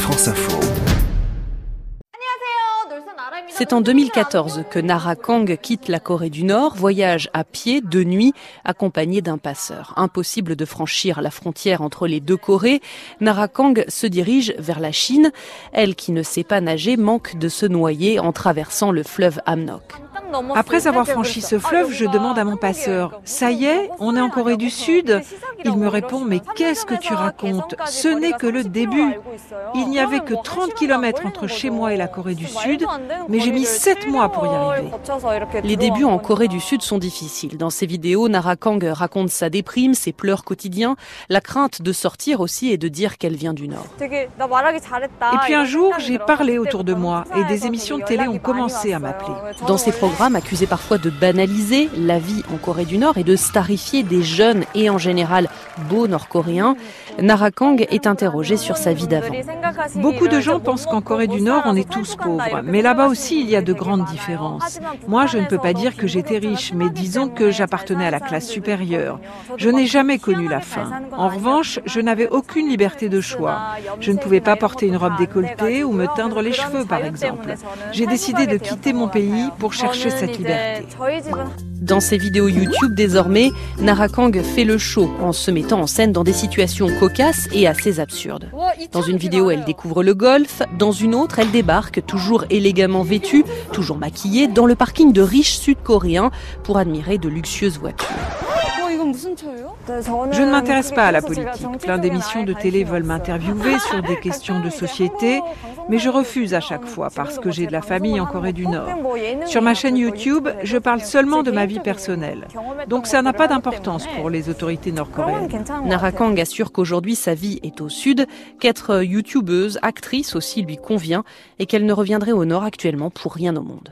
France Info. C'est en 2014 que Nara Kang quitte la Corée du Nord, voyage à pied de nuit, accompagné d'un passeur. Impossible de franchir la frontière entre les deux Corées. Nara Kang se dirige vers la Chine. Elle, qui ne sait pas nager, manque de se noyer en traversant le fleuve Amnok. Après avoir franchi ce fleuve, je demande à mon passeur « Ça y est, on est en Corée du Sud ?» Il me répond « Mais qu'est-ce que tu racontes ? Ce n'est que le début. Il n'y avait que 30 km entre chez moi et la Corée du Sud, mais j'ai mis 7 mois pour y arriver. » Les débuts en Corée du Sud sont difficiles. Dans ses vidéos, Nara Kang raconte sa déprime, ses pleurs quotidiens, la crainte de sortir aussi et de dire qu'elle vient du Nord. Et puis un jour, j'ai parlé autour de moi et des émissions de télé ont commencé à m'appeler. Dans ces programmes, accusés parfois de banaliser la vie en Corée du Nord et de starifier des jeunes et en général beaux Nord-Coréens, Nara Kang est interrogée sur sa vie d'avant. Beaucoup de gens pensent qu'en Corée du Nord, on est tous pauvres. Mais là-bas aussi, il y a de grandes différences. Moi, je ne peux pas dire que j'étais riche, mais disons que j'appartenais à la classe supérieure. Je n'ai jamais connu la faim. En revanche, je n'avais aucune liberté de choix. Je ne pouvais pas porter une robe décolletée ou me teindre les cheveux, par exemple. J'ai décidé de quitter mon pays pour chercher cette liberté. Dans ses vidéos YouTube, désormais, Nara Kang fait le show en se mettant en scène dans des situations cocasses et assez absurdes. Dans une vidéo, elle découvre le golf. Dans une autre, elle débarque, toujours élégamment vêtue, toujours maquillée, dans le parking de riches Sud-Coréens pour admirer de luxueuses voitures. Je ne m'intéresse pas à la politique. Plein d'émissions de télé veulent m'interviewer sur des questions de société, mais je refuse à chaque fois parce que j'ai de la famille en Corée du Nord. Sur ma chaîne YouTube, je parle seulement de ma vie personnelle. Donc ça n'a pas d'importance pour les autorités nord-coréennes. Nara Kang assure qu'aujourd'hui sa vie est au sud, qu'être youtubeuse, actrice aussi lui convient et qu'elle ne reviendrait au nord actuellement pour rien au monde.